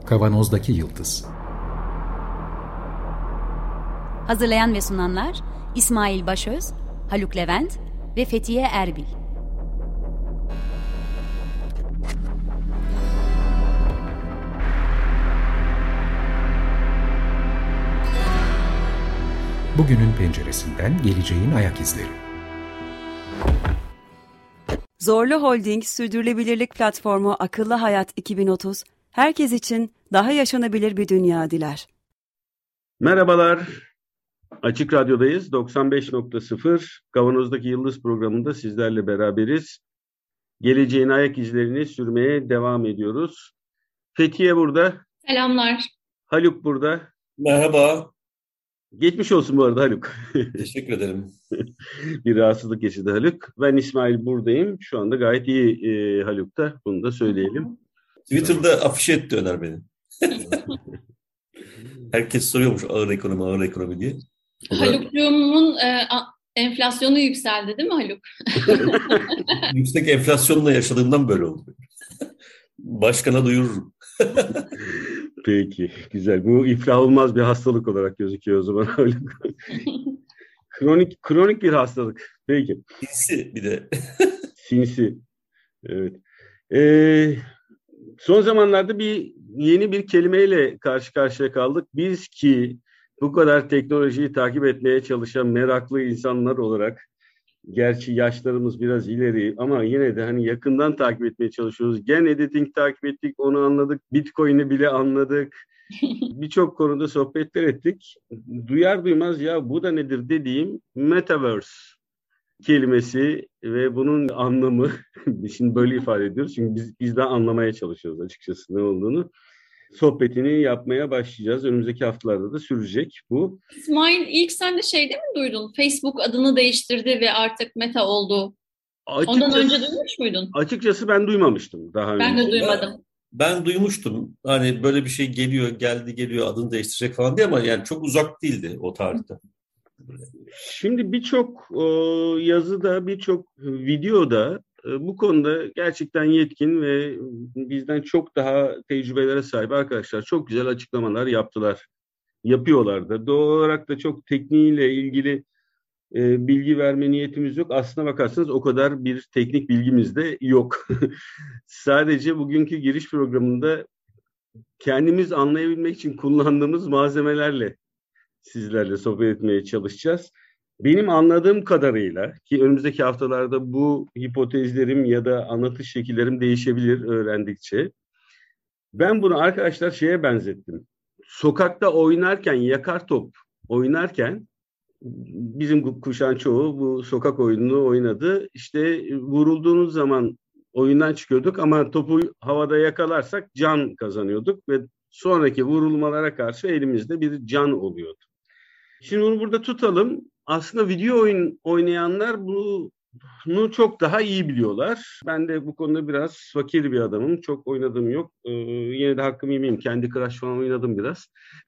Kavanozdaki Yıldız. Hazırlayan ve sunanlar İsmail Başöz, Haluk Levent ve Fethiye Erbil. Bugünün penceresinden geleceğin ayak izleri. Zorlu Holding Sürdürülebilirlik Platformu Akıllı Hayat 2030, herkes için daha yaşanabilir bir dünya diler. Merhabalar, Açık Radyo'dayız. 95.0 Kavanoz'daki Yıldız programında sizlerle beraberiz. Geleceğin ayak izlerini sürmeye devam ediyoruz. Fethiye burada. Selamlar. Haluk burada. Merhaba. Geçmiş olsun bu arada Haluk. Teşekkür ederim. Bir rahatsızlık yaşadı Haluk. Ben İsmail buradayım. Şu anda gayet iyi Haluk'ta. Bunu da söyleyelim. Twitter'da afişe etti Öner beni. Herkes soruyormuş ağır ekonomi diye. Haluk'cuğumun enflasyonu yükseldi değil mi Haluk? Yüksek enflasyonla yaşadığımdan böyle oldu. Başkana duyururum. Peki, güzel. Bu iflah olmaz bir hastalık olarak gözüküyor o zaman Haluk. Kronik bir hastalık. Peki. Sinsi bir de. Sinsi. Evet. Son zamanlarda yeni bir kelimeyle karşı karşıya kaldık. Biz ki bu kadar teknolojiyi takip etmeye çalışan meraklı insanlar olarak, gerçi yaşlarımız biraz ileri ama yine de hani yakından takip etmeye çalışıyoruz. Gen editing takip ettik, onu anladık. Bitcoin'i bile anladık. Birçok konuda sohbetler ettik. Duyar duymaz ya bu da nedir dediğim Metaverse kelimesi ve bunun anlamı, şimdi böyle ifade ediyoruz çünkü biz de anlamaya çalışıyoruz açıkçası ne olduğunu. Sohbetini yapmaya başlayacağız. Önümüzdeki haftalarda da sürecek bu. İsmail, ilk sen de şeyde mi duydun? Facebook adını değiştirdi ve artık Meta oldu. Ondan önce duymuş muydun? Açıkçası ben duymamıştım daha önce. Ben de duymadım. Ben duymuştum. Hani böyle bir şey geliyor adını değiştirecek falan diye ama yani çok uzak değildi o tarihte. Şimdi birçok yazıda, birçok videoda bu konuda gerçekten yetkin ve bizden çok daha tecrübelere sahip arkadaşlar çok güzel açıklamalar yapıyorlar da. Doğal olarak da çok tekniğiyle ilgili bilgi verme niyetimiz yok. Aslına bakarsanız o kadar bir teknik bilgimiz de yok. Sadece bugünkü giriş programında kendimiz anlayabilmek için kullandığımız malzemelerle sizlerle sohbet etmeye çalışacağız. Benim anladığım kadarıyla ki önümüzdeki haftalarda bu hipotezlerim ya da anlatış şekillerim değişebilir öğrendikçe. Ben bunu arkadaşlar şeye benzettim. Sokakta oynarken, yakar top oynarken bizim kuşağın çoğu bu sokak oyununu oynadı. İşte vurulduğunuz zaman oyundan çıkıyorduk ama topu havada yakalarsak can kazanıyorduk ve sonraki vurulmalara karşı elimizde bir can oluyordu. Şimdi bunu burada tutalım. Aslında video oyun oynayanlar bunu çok daha iyi biliyorlar. Ben de bu konuda biraz fakir bir adamım. Çok oynadığım yok. Yine de hakkımı yemeyeyim. Candy Crush falan oynadım biraz.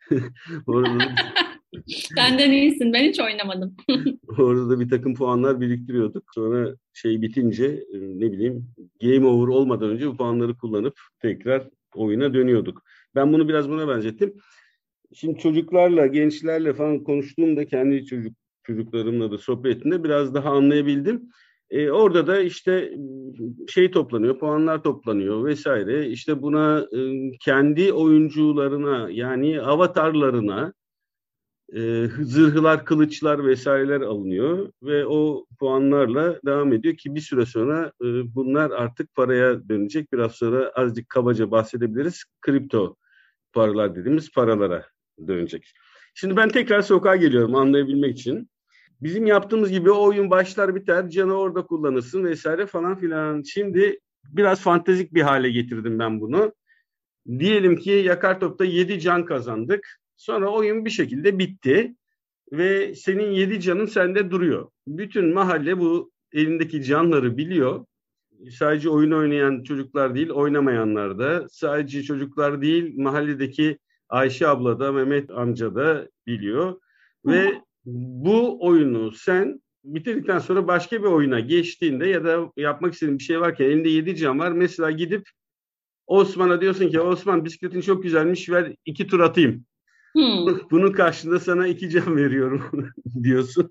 Benden iyisin. Ben hiç oynamadım. Orada da bir takım puanlar biriktiriyorduk. Sonra bitince game over olmadan önce bu puanları kullanıp tekrar oyuna dönüyorduk. Ben bunu biraz buna benzettim. Şimdi çocuklarla, gençlerle falan konuştuğumda kendi çocuklarımla da sohbetinde biraz daha anlayabildim. Orada da işte toplanıyor, puanlar toplanıyor vesaire. İşte buna kendi oyuncularına yani avatarlarına zırhlar, kılıçlar vesaireler alınıyor ve o puanlarla devam ediyor ki bir süre sonra bunlar artık paraya dönecek. Biraz sonra azıcık kabaca bahsedebiliriz. Kripto paralar dediğimiz paralara dönecek. Şimdi ben tekrar sokağa geliyorum anlayabilmek için. Bizim yaptığımız gibi o oyun başlar biter, canı orada kullanırsın vesaire falan filan. Şimdi biraz fantezik bir hale getirdim ben bunu. Diyelim ki yakar topta 7 can kazandık. Sonra oyun bir şekilde bitti ve senin 7 canın sende duruyor. Bütün mahalle bu elindeki canları biliyor. Sadece oyun oynayan çocuklar değil, oynamayanlar da. Sadece çocuklar değil, mahalledeki Ayşe abla da, Mehmet amca da biliyor. Ve bu oyunu sen bitirdikten sonra başka bir oyuna geçtiğinde ya da yapmak istediğin bir şey varken elinde 7 can var. Mesela gidip Osman'a diyorsun ki Osman bisikletin çok güzelmiş, ver 2 tur atayım. Bunun karşılığında sana 2 can veriyorum diyorsun.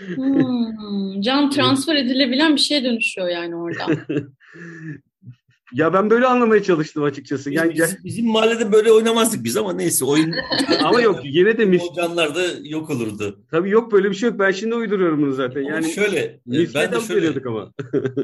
Can transfer edilebilen bir şeye dönüşüyor yani orada. Ya ben böyle anlamaya çalıştım açıkçası. Yani bizim mahallede böyle oynamazdık biz ama neyse oyun. Ama yok yine de o canlar da yok olurdu. Tabii yok böyle bir şey yok. Ben şimdi uyduruyorum bunu zaten. Ama Yani şöyle ben de şöyle veriyorduk ama.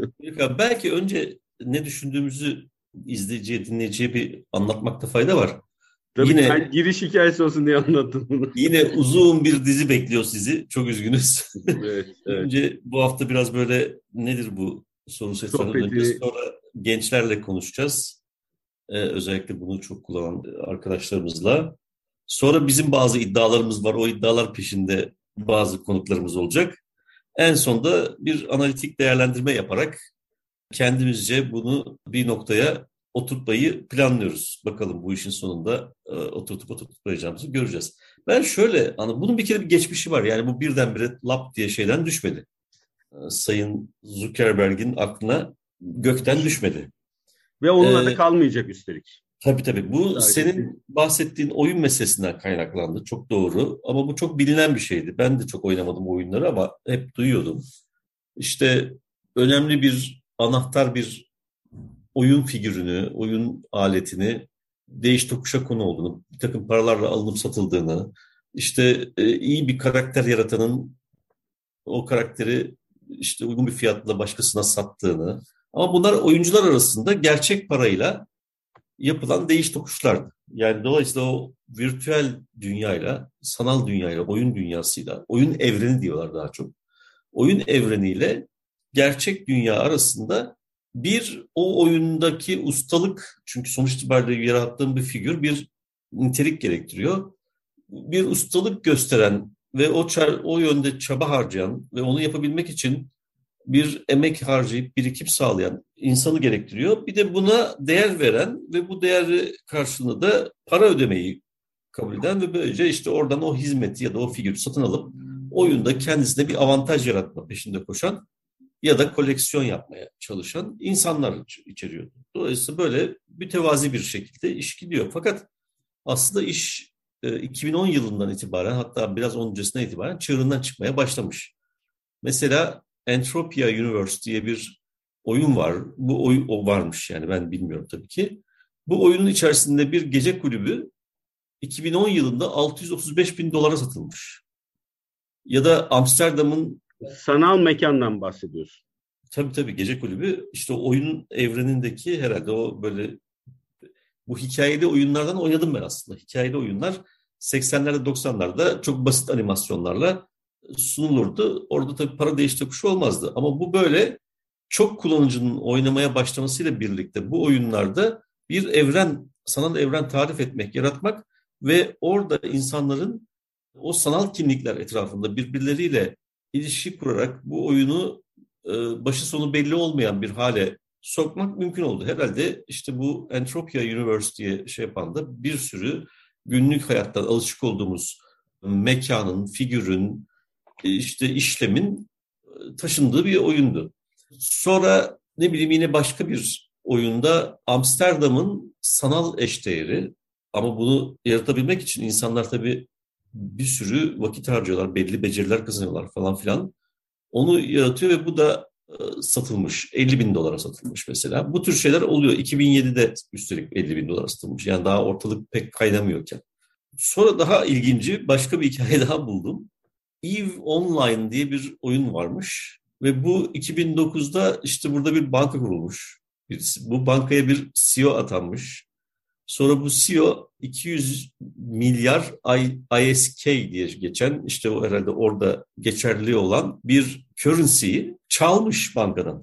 belki önce ne düşündüğümüzü izleyiciye, dinleyiciye bir anlatmakta fayda var. Tabii yine ben giriş hikayesi olsun diye anlattım bunu. Yine uzun bir dizi bekliyor sizi. Çok üzgünüz. Evet. Önce bu hafta biraz böyle nedir bu soru seslerinin önce, sonra gençlerle konuşacağız. Özellikle bunu çok kullanan arkadaşlarımızla. Sonra bizim bazı iddialarımız var. O iddialar peşinde bazı konuklarımız olacak. En sonda bir analitik değerlendirme yaparak kendimizce bunu bir noktaya oturtmayı planlıyoruz. Bakalım bu işin sonunda oturtmayacağımızı göreceğiz. Ben şöyle, bunun bir kere bir geçmişi var. Yani bu birdenbire lap diye şeyden düşmedi. Sayın Zuckerberg'in aklına gökten düşmedi. Ve onunla da kalmayacak üstelik. Tabii. Bu senin bahsettiğin oyun meselesinden kaynaklandı. Çok doğru. Ama bu çok bilinen bir şeydi. Ben de çok oynamadım oyunları ama hep duyuyordum. İşte önemli bir anahtar bir oyun figürünü, oyun aletini değiş tokuşa konu olduğunu, bir takım paralarla alınıp satıldığını, işte iyi bir karakter yaratanın o karakteri işte uygun bir fiyatla başkasına sattığını, ama bunlar oyuncular arasında gerçek parayla yapılan değiş tokuşlardı. Yani dolayısıyla o virtüel dünyayla, sanal dünyayla, oyun dünyasıyla, oyun evreni diyorlar daha çok. Oyun evreniyle gerçek dünya arasında bir o oyundaki ustalık, çünkü sonuç itibariyle yarattığım bir figür bir nitelik gerektiriyor. Bir ustalık gösteren ve o yönde çaba harcayan ve onu yapabilmek için bir emek harcayıp birikim sağlayan insanı gerektiriyor. Bir de buna değer veren ve bu değeri karşılığında da para ödemeyi kabul eden ve böylece işte oradan o hizmeti ya da o figürü satın alıp oyunda kendisine bir avantaj yaratma peşinde koşan ya da koleksiyon yapmaya çalışan insanlar içeriyordu. Dolayısıyla böyle mütevazi bir şekilde iş gidiyor. Fakat aslında iş 2010 yılından itibaren, hatta biraz onun öncesinden itibaren çığırından çıkmaya başlamış. Mesela Entropia Universe diye bir oyun var. Bu oyun o varmış, yani ben bilmiyorum tabii ki. Bu oyunun içerisinde bir gece kulübü 2010 yılında $635.000 satılmış. Ya da Amsterdam'ın sanal mekandan bahsediyorsun. Tabii gece kulübü işte oyunun evrenindeki herhalde o böyle bu hikayeli oyunlardan oynadım ben aslında. Hikayeli oyunlar 80'lerde 90'larda çok basit animasyonlarla sunulurdu. Orada tabii para değiş tokuşu olmazdı. Ama bu böyle çok kullanıcının oynamaya başlamasıyla birlikte bu oyunlarda bir evren, sanal evren tarif etmek, yaratmak ve orada insanların o sanal kimlikler etrafında birbirleriyle ilişki kurarak bu oyunu başı sonu belli olmayan bir hale sokmak mümkün oldu. Herhalde işte bu Entropia Universe diye şey yapan da bir sürü günlük hayattan alışık olduğumuz mekanın, figürün, işte işlemin taşındığı bir oyundu. Sonra ne bileyim yine başka bir oyunda Amsterdam'ın sanal eşdeğeri, ama bunu yaratabilmek için insanlar tabii bir sürü vakit harcıyorlar, belli beceriler kazanıyorlar falan filan. Onu yaratıyor ve bu da satılmış. $50.000 satılmış mesela. Bu tür şeyler oluyor. 2007'de üstelik $50.000 satılmış. Yani daha ortalık pek kaynamıyorken. Sonra daha ilginci başka bir hikaye daha buldum. EVE Online diye bir oyun varmış. Ve bu 2009'da işte burada bir banka kurulmuş. Bu bankaya bir CEO atanmış. Sonra bu CEO 200 milyar ISK diye geçen, işte o herhalde orada geçerli olan bir currency'yi çalmış bankadan.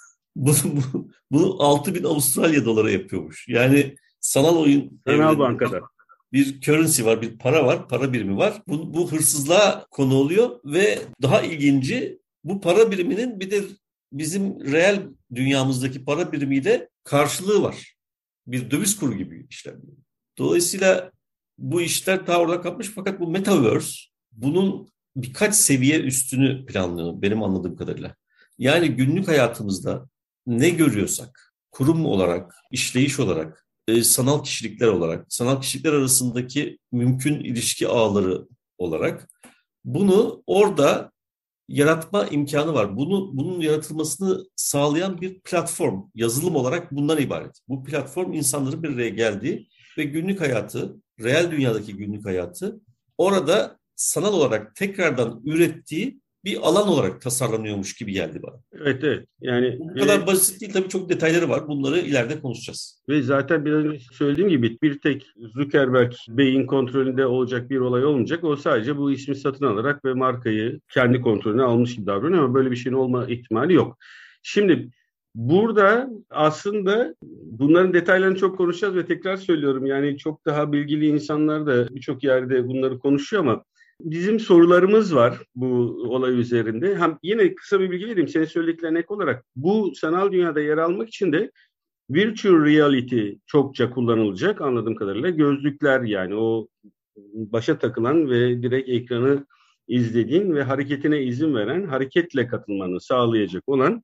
Bunu 6.000 Avustralya dolara yapıyormuş. Yani sanal oyun. Sanal bankada. Bir currency var, bir para var, para birimi var. Bu hırsızlığa konu oluyor ve daha ilginci bu para biriminin bir de bizim reel dünyamızdaki para birimiyle karşılığı var. Bir döviz kuru gibi işler. Dolayısıyla bu işler daha orada kalmış, fakat bu Metaverse bunun birkaç seviye üstünü planlıyor benim anladığım kadarıyla. Yani günlük hayatımızda ne görüyorsak, kurum olarak, işleyiş olarak, sanal kişilikler olarak, sanal kişilikler arasındaki mümkün ilişki ağları olarak bunu orada yaratma imkanı var. Bunun yaratılmasını sağlayan bir platform, yazılım olarak bundan ibaret. Bu platform insanların bir araya geldiği ve günlük hayatı, reel dünyadaki günlük hayatı orada sanal olarak tekrardan ürettiği bir alan olarak tasarlanıyormuş gibi geldi bana. Evet. Yani bu kadar basit değil, tabii çok detayları var. Bunları ileride konuşacağız. Ve zaten biraz önce söylediğim gibi bir tek Zuckerberg Bey'in kontrolünde olacak bir olay olmayacak. O sadece bu ismi satın alarak ve markayı kendi kontrolüne almış gibi davranıyor ama böyle bir şeyin olma ihtimali yok. Şimdi burada aslında bunların detaylarını çok konuşacağız ve tekrar söylüyorum, yani çok daha bilgili insanlar da birçok yerde bunları konuşuyor ama bizim sorularımız var bu olay üzerinde. Yine kısa bir bilgi vereyim senin söylediklerine ek olarak. Bu sanal dünyada yer almak için de virtual reality çokça kullanılacak anladığım kadarıyla. Gözlükler, yani o başa takılan ve direkt ekranı izlediğin ve hareketine izin veren, hareketle katılmanı sağlayacak olan.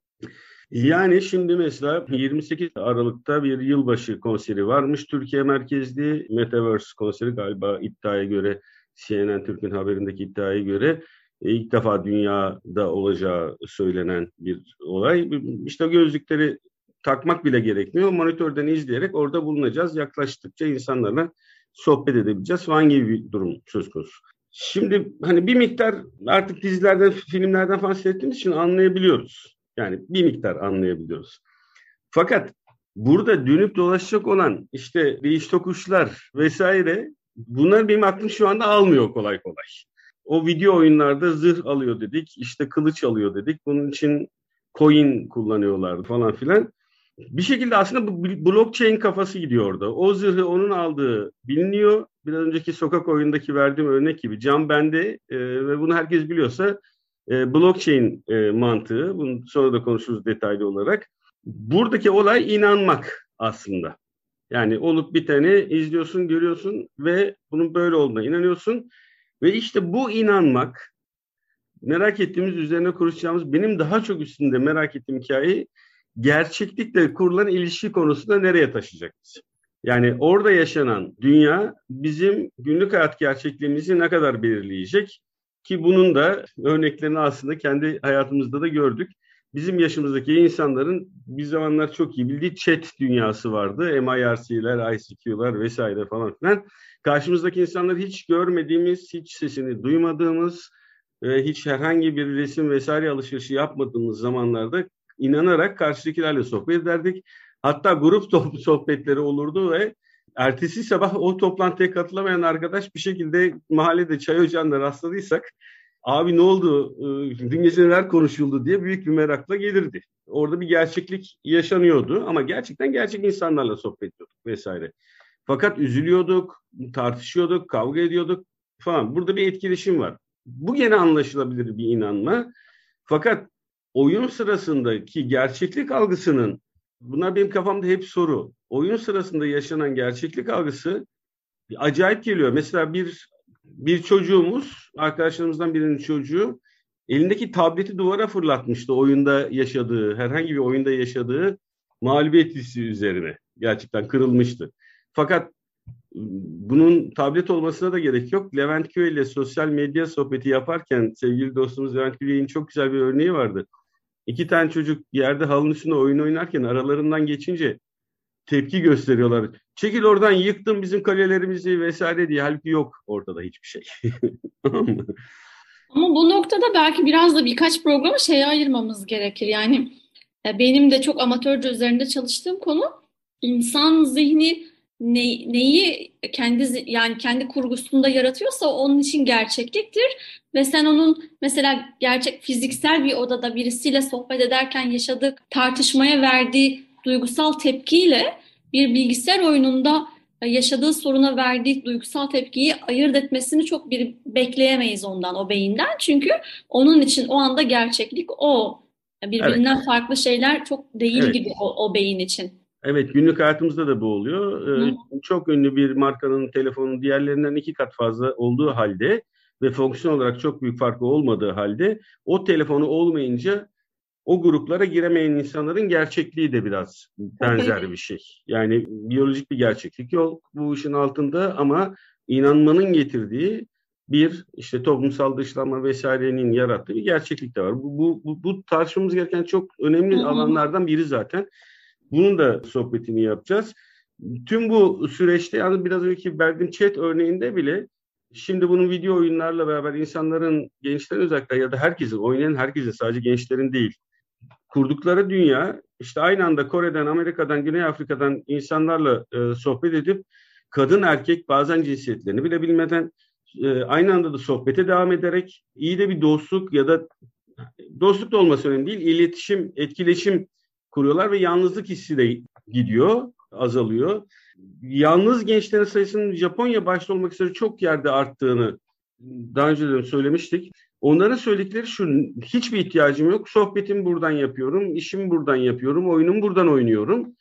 Yani şimdi mesela 28 Aralık'ta bir yılbaşı konseri varmış. Türkiye merkezli Metaverse konseri galiba, iddiaya göre, CNN Türk'ün haberindeki iddiaya göre ilk defa dünyada olacağı söylenen bir olay. İşte gözlükleri takmak bile gerekmiyor. Monitörden izleyerek orada bulunacağız. Yaklaştıkça insanlarla sohbet edebileceğiz falan gibi bir durum söz konusu. Şimdi hani bir miktar artık dizilerden, filmlerden falan seyrettiğimiz için anlayabiliyoruz. Yani bir miktar anlayabiliyoruz. Fakat burada dönüp dolaşacak olan işte değiş tokuşlar vesaire, bunlar benim aklım şu anda almıyor kolay kolay. O video oyunlarda zırh alıyor dedik, işte kılıç alıyor dedik. Bunun için coin kullanıyorlardı falan filan. Bir şekilde aslında bu blockchain kafası gidiyor orada. O zırhı onun aldığı biliniyor. Biraz önceki sokak oyundaki verdiğim örnek gibi can bende ve bunu herkes biliyorsa blockchain mantığı. Bunu sonra da konuşuruz detaylı olarak. Buradaki olay inanmak aslında. Yani olup biteni izliyorsun, görüyorsun ve bunun böyle olduğuna inanıyorsun. Ve işte bu inanmak, merak ettiğimiz, üzerine konuşacağımız, benim daha çok üstünde merak ettiğim hikayeyi gerçeklikle kurulan ilişki konusunda nereye taşıyacak bizi? Yani orada yaşanan dünya bizim günlük hayat gerçekliğimizi ne kadar belirleyecek? Ki bunun da örneklerini aslında kendi hayatımızda da gördük. Bizim yaşımızdaki insanların bir zamanlar çok iyi bildiği chat dünyası vardı. MIRC'ler, ICQ'lar vesaire falan filan. Karşımızdaki insanlar hiç görmediğimiz, hiç sesini duymadığımız, hiç herhangi bir resim vesaire alışverişi yapmadığımız zamanlarda inanarak karşıdakilerle sohbet ederdik. Hatta grup sohbetleri olurdu ve ertesi sabah o toplantıya katılamayan arkadaş bir şekilde mahallede çay ocağında rastladıysak, abi ne oldu, dün gece neler konuşuldu diye büyük bir merakla gelirdi. Orada bir gerçeklik yaşanıyordu ama gerçekten gerçek insanlarla sohbet ediyorduk vesaire. Fakat üzülüyorduk, tartışıyorduk, kavga ediyorduk falan. Burada bir etkileşim var. Bu gene anlaşılabilir bir inanma. Fakat oyun sırasındaki gerçeklik algısının, bunlar benim kafamda hep soru. Oyun sırasında yaşanan gerçeklik algısı acayip geliyor. Mesela bir çocuğumuz, arkadaşlarımızdan birinin çocuğu elindeki tableti duvara fırlatmıştı oyunda yaşadığı, herhangi bir oyunda yaşadığı mağlubiyet hissi üzerine. Gerçekten kırılmıştı. Fakat bunun tablet olmasına da gerek yok. Levent Köy ile sosyal medya sohbeti yaparken sevgili dostumuz Levent Köy'ün çok güzel bir örneği vardı. 2 tane çocuk yerde halının üstünde oyun oynarken aralarından geçince tepki gösteriyorlar. Çekil oradan, yıktın bizim kalelerimizi vesaire diye. Halbuki yok ortada hiçbir şey. Ama bu noktada belki biraz da birkaç programı şeye ayırmamız gerekir. Yani benim de çok amatörce üzerinde çalıştığım konu, insan zihni neyi kendi kurgusunda yaratıyorsa onun için gerçekliktir ve sen onun mesela gerçek fiziksel bir odada birisiyle sohbet ederken yaşadığı tartışmaya verdiği duygusal tepkiyle bir bilgisayar oyununda yaşadığı soruna verdiği duygusal tepkiyi ayırt etmesini çok bekleyemeyiz ondan, o beyinden. Çünkü onun için o anda gerçeklik o. Birbirinden evet, farklı şeyler çok değil evet, gibi o beyin için. Evet, günlük hayatımızda da bu oluyor. Çok ünlü bir markanın telefonun diğerlerinden 2 kat fazla olduğu halde ve fonksiyon olarak çok büyük farkı olmadığı halde o telefonu olmayınca o gruplara giremeyen insanların gerçekliği de biraz benzer bir şey. Yani biyolojik bir gerçeklik yok bu işin altında ama inanmanın getirdiği bir işte toplumsal dışlanma vesairenin yarattığı bir gerçeklik de var. Bu tartışmamız gereken çok önemli alanlardan biri zaten. Bunun da sohbetini yapacağız. Tüm bu süreçte yani biraz önceki verdiğim chat örneğinde bile şimdi bunun video oyunlarla beraber insanların, gençlerin özellikle ya da herkesin, oynayan herkesin, sadece gençlerin değil, kurdukları dünya işte aynı anda Kore'den, Amerika'dan, Güney Afrika'dan insanlarla sohbet edip kadın erkek bazen cinsiyetlerini bile bilmeden aynı anda da sohbete devam ederek iyi de bir dostluk ya da dostluk da olması önemli değil, iletişim, etkileşim kuruyorlar ve yalnızlık hissi de gidiyor, azalıyor. Yalnız gençlerin sayısının Japonya başta olmak üzere çok yerde arttığını daha önce de söylemiştik. Onların söyledikleri şu: hiçbir ihtiyacım yok, sohbetimi buradan yapıyorum, işimi buradan yapıyorum, oyunumu buradan oynuyorum.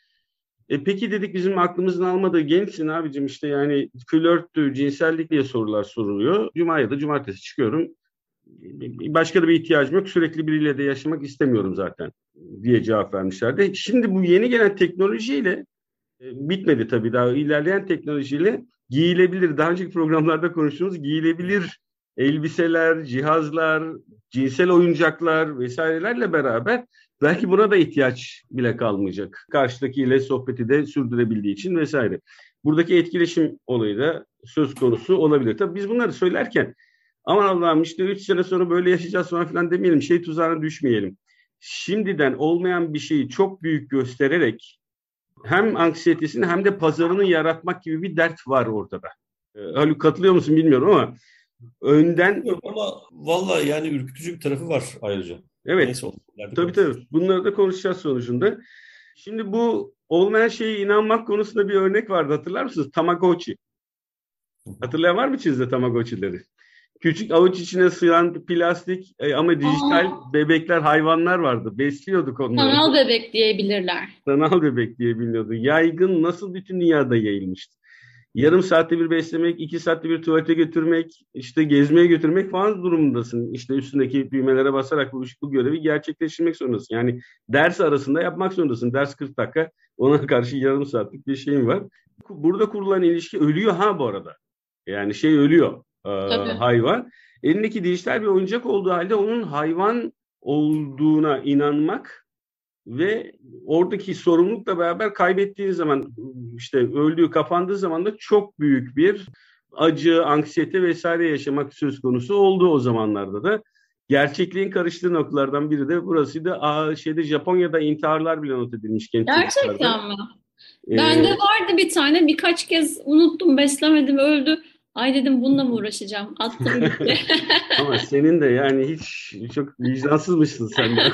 Peki dedik, bizim aklımızın almadığı, gençsin abicim işte yani flörttü, cinsellik diye sorular soruluyor. Cuma ya da cumartesi çıkıyorum. Başka da bir ihtiyacım yok, sürekli biriyle de yaşamak istemiyorum zaten diye cevap vermişlerdi. Şimdi bu yeni gelen teknolojiyle bitmedi tabii, daha ilerleyen teknolojiyle giyilebilir, daha önceki programlarda konuştuğumuz giyilebilir elbiseler, cihazlar, cinsel oyuncaklar vesairelerle beraber belki buna da ihtiyaç bile kalmayacak. Karşıdakiyle sohbeti de sürdürebildiği için vesaire. Buradaki etkileşim olayı da söz konusu olabilir. Tabii biz bunları söylerken aman Allah'ım işte 3 sene sonra böyle yaşayacağız falan filan demeyelim. Şey tuzağına düşmeyelim. Şimdiden olmayan bir şeyi çok büyük göstererek hem anksiyetesini hem de pazarını yaratmak gibi bir dert var ortada. Haluk, katılıyor musun bilmiyorum ama önden... Ama vallahi yani ürkütücü bir tarafı var ayrıca. Evet. Neyse, tabii. Bunları da konuşacağız sonucunda. Şimdi bu olmayan şeye inanmak konusunda bir örnek vardı, hatırlar mısınız? Tamagotchi. Hatırlayan var mı içinizde Tamagotchi'leri? Küçük avuç içine sığan plastik ama dijital bebekler, hayvanlar vardı. Besliyorduk onları. Sanal bebek diyebilirler. Sanal bebek diye biliniyordu. Yaygın, nasıl bütün dünyada yayılmıştı. Yarım saatte bir beslemek, 2 saatte bir tuvalete götürmek, işte gezmeye götürmek falan durumundasın. İşte üstündeki düğmelere basarak bu görevi gerçekleştirmek zorundasın. Yani ders arasında yapmak zorundasın. Ders 40 dakika, ona karşı yarım saatlik bir şeyin var. Burada kurulan ilişki ölüyor bu arada. Yani ölüyor. Hayvan. Elindeki dijital bir oyuncak olduğu halde onun hayvan olduğuna inanmak ve oradaki sorumlulukla beraber kaybettiği zaman, işte öldüğü, kapandığı zaman da çok büyük bir acı, anksiyete vesaire yaşamak söz konusu oldu o zamanlarda da. Gerçekliğin karıştığı noktalardan biri de burasıydı. Japonya'da intiharlar bile not edilmiş. Gerçekten mi? Bende vardı bir tane, birkaç kez unuttum, beslemedim, öldü. Ay dedim, bununla mı uğraşacağım? Attım gitti. Ama senin de yani hiç çok vicdansızmışsın sen de.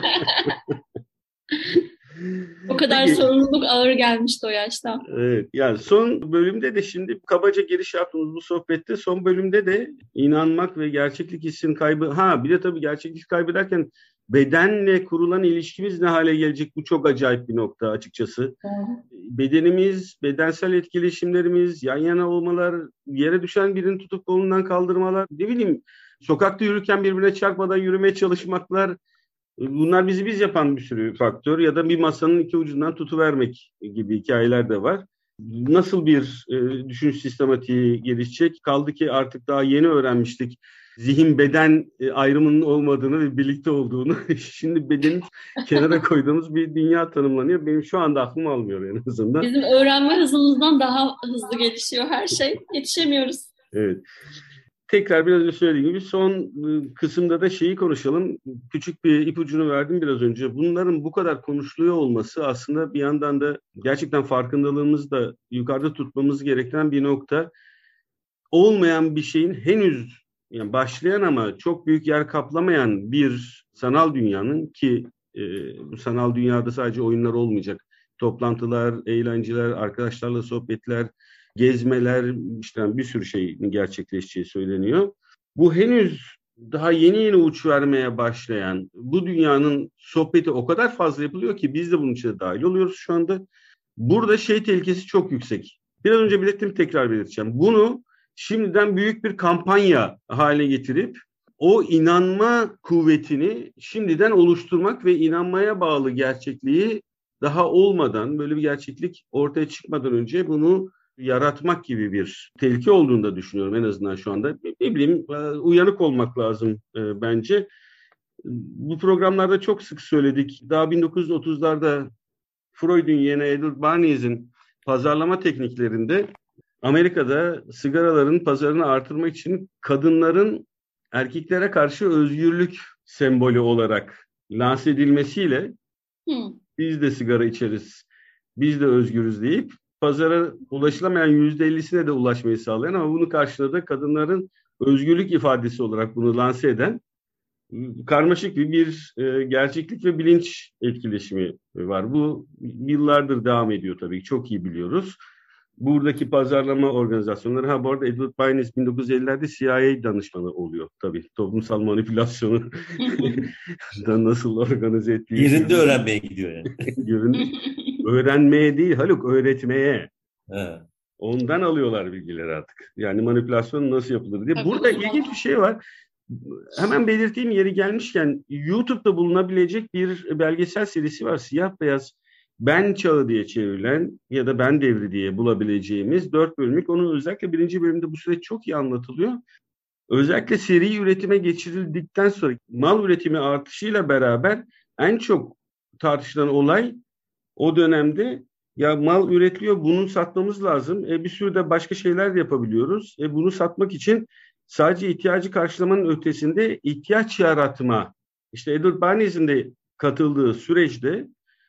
O kadar sorumluluk ağır gelmişti o yaşta. Evet, yani son bölümde de şimdi kabaca giriş yaptığımız bu sohbette son bölümde de inanmak ve gerçeklik hissinin kaybı. Bir de tabii gerçeklik kaybederken bedenle kurulan ilişkimiz ne hale gelecek, bu çok acayip bir nokta açıkçası. Bedenimiz, bedensel etkileşimlerimiz, yan yana olmalar, yere düşen birini tutup kolundan kaldırmalar, ne bileyim sokakta yürürken birbirine çarpmadan yürümeye çalışmaklar, bunlar bizi biz yapan bir sürü faktör ya da bir masanın iki ucundan tutuvermek gibi hikayeler de var. Nasıl bir düşünüş sistematiği gelişecek? Kaldı ki artık daha yeni öğrenmiştik zihin beden ayrımının olmadığını ve birlikte olduğunu. Şimdi bedeni kenara koyduğumuz bir dünya tanımlanıyor. Benim şu anda aklım almıyor en azından. Bizim öğrenme hızımızdan daha hızlı gelişiyor her şey. Yetişemiyoruz. Evet. Tekrar biraz önce söylediğim gibi son kısımda da şeyi konuşalım. Küçük bir ipucunu verdim biraz önce. Bunların bu kadar konuşuluyor olması aslında bir yandan da gerçekten farkındalığımızı da yukarıda tutmamız gereken bir nokta. Olmayan bir şeyin henüz yani başlayan ama çok büyük yer kaplamayan bir sanal dünyanın ki bu sanal dünyada sadece oyunlar olmayacak. Toplantılar, eğlenceler, arkadaşlarla sohbetler, gezmeler, işte bir sürü şeyin gerçekleşeceği söyleniyor. Bu henüz daha yeni uç vermeye başlayan bu dünyanın sohbeti o kadar fazla yapılıyor ki biz de bunun içine dahil oluyoruz şu anda. Burada tehlikesi çok yüksek. Biraz önce belirttim, tekrar belirteceğim. Bunu şimdiden büyük bir kampanya hale getirip o inanma kuvvetini şimdiden oluşturmak ve inanmaya bağlı gerçekliği daha olmadan, böyle bir gerçeklik ortaya çıkmadan önce bunu yaratmak gibi bir tehlike olduğunu da düşünüyorum en azından şu anda. Ne bileyim, uyanık olmak lazım bence. Bu programlarda çok sık söyledik. Daha 1930'larda Freud'un yeğeni Edward Bernays'in pazarlama tekniklerinde Amerika'da sigaraların pazarını artırmak için kadınların erkeklere karşı özgürlük sembolü olarak lanse edilmesiyle biz de sigara içeriz, biz de özgürüz deyip pazara ulaşılamayan %50'sine de ulaşmayı sağlayan ama bunun karşılığında da kadınların özgürlük ifadesi olarak bunu lanse eden karmaşık bir gerçeklik ve bilinç etkileşimi var. Bu yıllardır devam ediyor tabii ki, çok iyi biliyoruz. Buradaki pazarlama organizasyonları, bu arada Edward Bernays 1950'lerde CIA danışmanı oluyor tabii. Toplumsal manipülasyonu da nasıl organize ettiği. Yerinde öğrenmeye gidiyor yani. Öğrenmeye değil Haluk, öğretmeye. He. Ondan alıyorlar bilgileri artık. Yani manipülasyon nasıl yapılır diye. Tabii, burada ilginç bir şey var. Hemen belirttiğim yeri gelmişken YouTube'da bulunabilecek bir belgesel serisi var. Siyah beyaz, Ben Çağı diye çevrilen ya da Ben Devri diye bulabileceğimiz 4 bölümlük. Onun özellikle 1. bölümde bu süreç çok iyi anlatılıyor. Özellikle seri üretime geçirildikten sonra mal üretimi artışıyla beraber en çok tartışılan olay o dönemde, ya mal üretiliyor, bunu satmamız lazım. Bir sürü de başka şeyler de yapabiliyoruz. Bunu satmak için sadece ihtiyacı karşılamanın ötesinde ihtiyaç yaratma. İşte Edward Bernays'in de katıldığı süreçte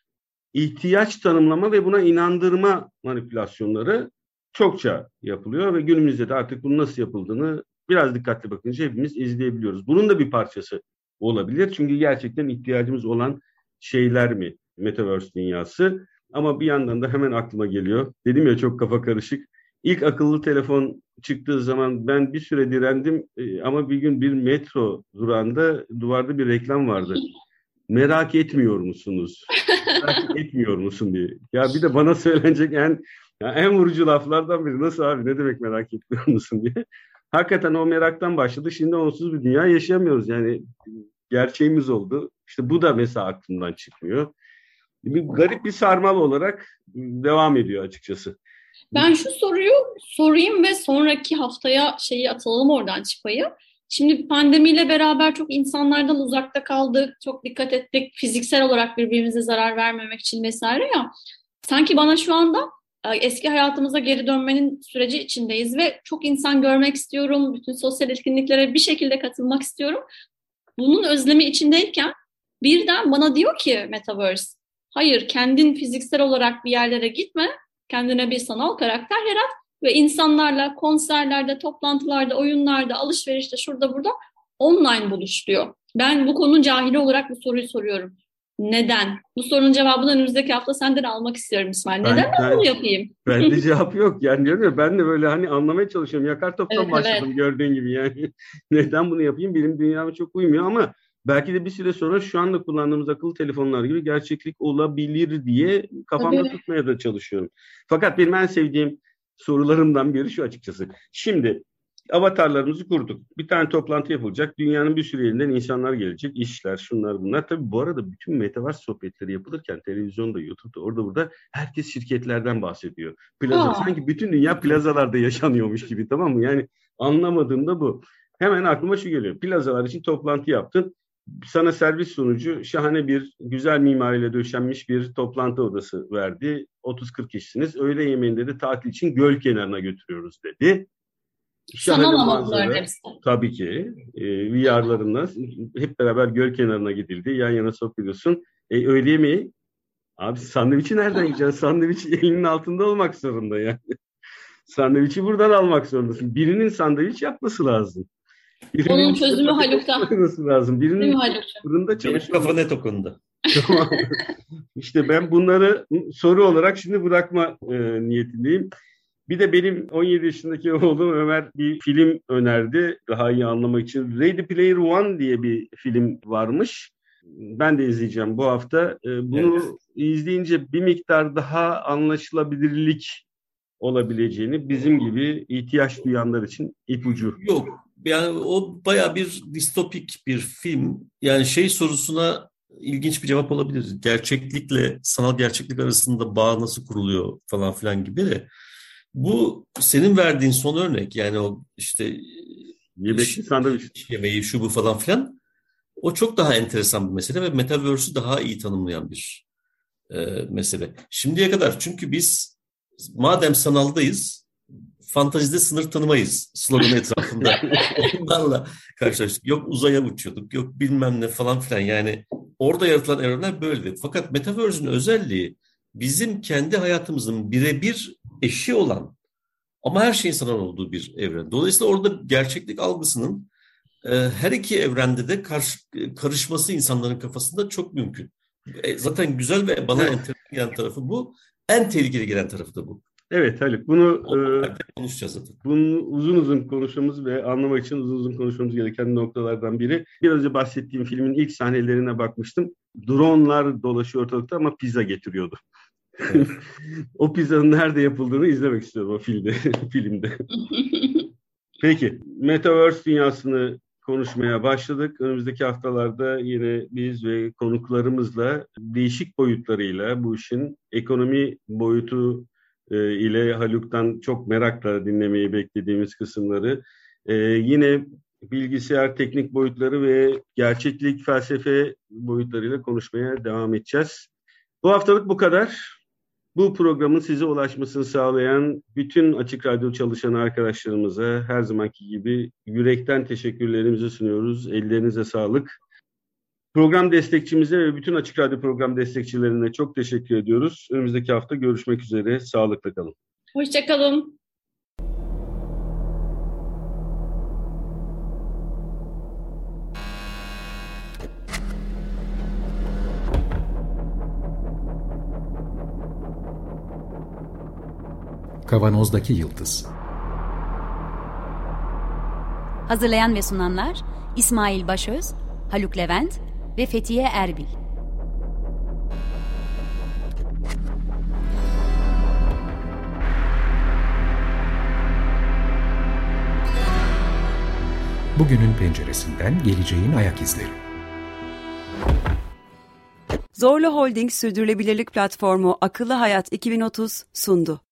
ihtiyaç tanımlama ve buna inandırma manipülasyonları çokça yapılıyor ve günümüzde de artık bunun nasıl yapıldığını biraz dikkatli bakınca hepimiz izleyebiliyoruz. Bunun da bir parçası olabilir. Çünkü gerçekten ihtiyacımız olan şeyler mi Metaverse dünyası? Ama bir yandan da hemen aklıma geliyor. Dedim ya, çok kafa karışık. İlk akıllı telefon çıktığı zaman ben bir süre direndim ama bir gün bir metro durağında duvarda bir reklam vardı. Merak etmiyor musunuz? Merak etmiyor musun diye. Ya bir de bana söylenecek en vurucu laflardan biri. Nasıl abi, ne demek merak etmiyor musun diye. Hakikaten o meraktan başladı. Şimdi onsuz bir dünya yaşayamıyoruz. Yani gerçeğimiz oldu. İşte bu da mesela aklımdan çıkmıyor. Garip bir sarmal olarak devam ediyor açıkçası. Ben şu soruyu sorayım ve sonraki haftaya atalım oradan çıpayı. Şimdi pandemiyle beraber çok insanlardan uzakta kaldık, çok dikkat ettik fiziksel olarak birbirimize zarar vermemek için vesaire ya. Sanki bana şu anda eski hayatımıza geri dönmenin süreci içindeyiz ve çok insan görmek istiyorum, bütün sosyal etkinliklere bir şekilde katılmak istiyorum. Bunun özlemi içindeyken birden bana diyor ki Metaverse, hayır, kendin fiziksel olarak bir yerlere gitme, kendine bir sanal karakter yarat ve insanlarla konserlerde, toplantılarda, oyunlarda, alışverişte, şurada burada online buluş diyor. Ben bu konunun cahili olarak bu soruyu soruyorum. Neden? Bu sorunun cevabını önümüzdeki hafta senden almak istiyorum İsmail. Neden ben bunu yapayım? Bende cevap yok. Yani diyorum ya, ben de böyle anlamaya çalışıyorum. Yakar toptan başladım evet. Gördüğün gibi yani. Neden bunu yapayım? Benim dünyama çok uymuyor ama belki de bir süre sonra şu anda kullandığımız akıllı telefonlar gibi gerçeklik olabilir diye kafamda tutmaya da çalışıyorum. Fakat benim en sevdiğim sorularımdan biri şu açıkçası. Şimdi avatarlarımızı kurduk. Bir tane toplantı yapılacak. Dünyanın bir sürü yerinden insanlar gelecek. İşler, şunlar bunlar. Tabii bu arada bütün Metaverse sohbetleri yapılırken televizyonda, YouTube'da, orada burada herkes şirketlerden bahsediyor. Plaza, sanki bütün dünya plazalarda yaşanıyormuş gibi, tamam mı? Yani anlamadığım da bu. Hemen aklıma şu geliyor. Plazalar için toplantı yaptın. Sana servis sunucu şahane bir güzel mimariyle döşenmiş bir toplantı odası verdi. 30-40 kişisiniz. Öğle yemeğinde de tatil için göl kenarına götürüyoruz dedi. Sanal ama bunların hepsi. Tabii ki. VR'larınla hep beraber göl kenarına gidildi. Yan yana sokuyorsun. Öğle yemeği. Abi sandviçi nereden yiyeceksin? Sandviç elinin altında olmak zorunda yani. Sandviçi buradan almak zorundasın. Birinin sandviç yapması lazım. Onun çözümü Haluk'ta. Lazım. Birinin fırında çalışıyor. Benim kafa net okundu. Tamam. İşte ben bunları soru olarak şimdi bırakma niyetindeyim. Bir de benim 17 yaşındaki oğlum Ömer bir film önerdi daha iyi anlamak için. Ready Player One diye bir film varmış. Ben de izleyeceğim bu hafta. Bunu izleyince bir miktar daha anlaşılabilirlik olabileceğini, bizim gibi ihtiyaç duyanlar için ipucu. Yok. Yani o bayağı bir distopik bir film. Yani sorusuna ilginç bir cevap olabilir. Gerçeklikle sanal gerçeklik arasında bağ nasıl kuruluyor falan filan gibi de. Bu senin verdiğin son örnek, yani o Yemekli sandviç. yemeği şu bu falan filan, o çok daha enteresan bir mesele ve Metaverse'ü daha iyi tanımlayan bir mesele. Şimdiye kadar, çünkü biz madem sanaldayız, fantazide sınır tanımayız sloganı etrafında. Bunlarla karşılaştık. Yok uzaya uçuyorduk, yok bilmem ne falan filan. Yani orada yaratılan evrenler böyle. Fakat Metaverse'ün özelliği bizim kendi hayatımızın birebir eşi olan ama her şeyin sanal olduğu bir evren. Dolayısıyla orada gerçeklik algısının her iki evrende de karışması insanların kafasında çok mümkün. Zaten güzel ve bana enteresan gelen tarafı bu. En tehlikeli gelen tarafı da bu. Evet Haluk, bunu konuşacağız zaten. Bunu uzun uzun konuşmamız ve anlamak için uzun uzun konuşmamız gereken noktalardan biri. Biraz önce bahsettiğim filmin ilk sahnelerine bakmıştım. Drone'lar dolaşıyor ortalıkta ama pizza getiriyordu. Evet. O pizzanın nerede yapıldığını izlemek istiyorum o filmde. Peki, Metaverse dünyasını konuşmaya başladık. Önümüzdeki haftalarda yine biz ve konuklarımızla değişik boyutlarıyla bu işin ekonomi boyutu ile Haluk'tan çok merakla dinlemeyi beklediğimiz kısımları, yine bilgisayar teknik boyutları ve gerçeklik felsefe boyutlarıyla konuşmaya devam edeceğiz. Bu haftalık bu kadar. Bu programın size ulaşmasını sağlayan bütün Açık Radyo çalışan arkadaşlarımıza her zamanki gibi yürekten teşekkürlerimizi sunuyoruz. Ellerinize sağlık. Program destekçimize ve bütün Açık Radyo program destekçilerine çok teşekkür ediyoruz. Önümüzdeki hafta görüşmek üzere. Sağlıkla kalın. Hoşça kalın. Kavanozdaki Yıldız. Hazırlayan ve sunanlar İsmail Başöz, Haluk Levent ve Fethiye Erbil. Bugünün penceresinden geleceğin ayak izleri. Zorlu Holding Sürdürülebilirlik Platformu Akıllı Hayat 2030 sundu.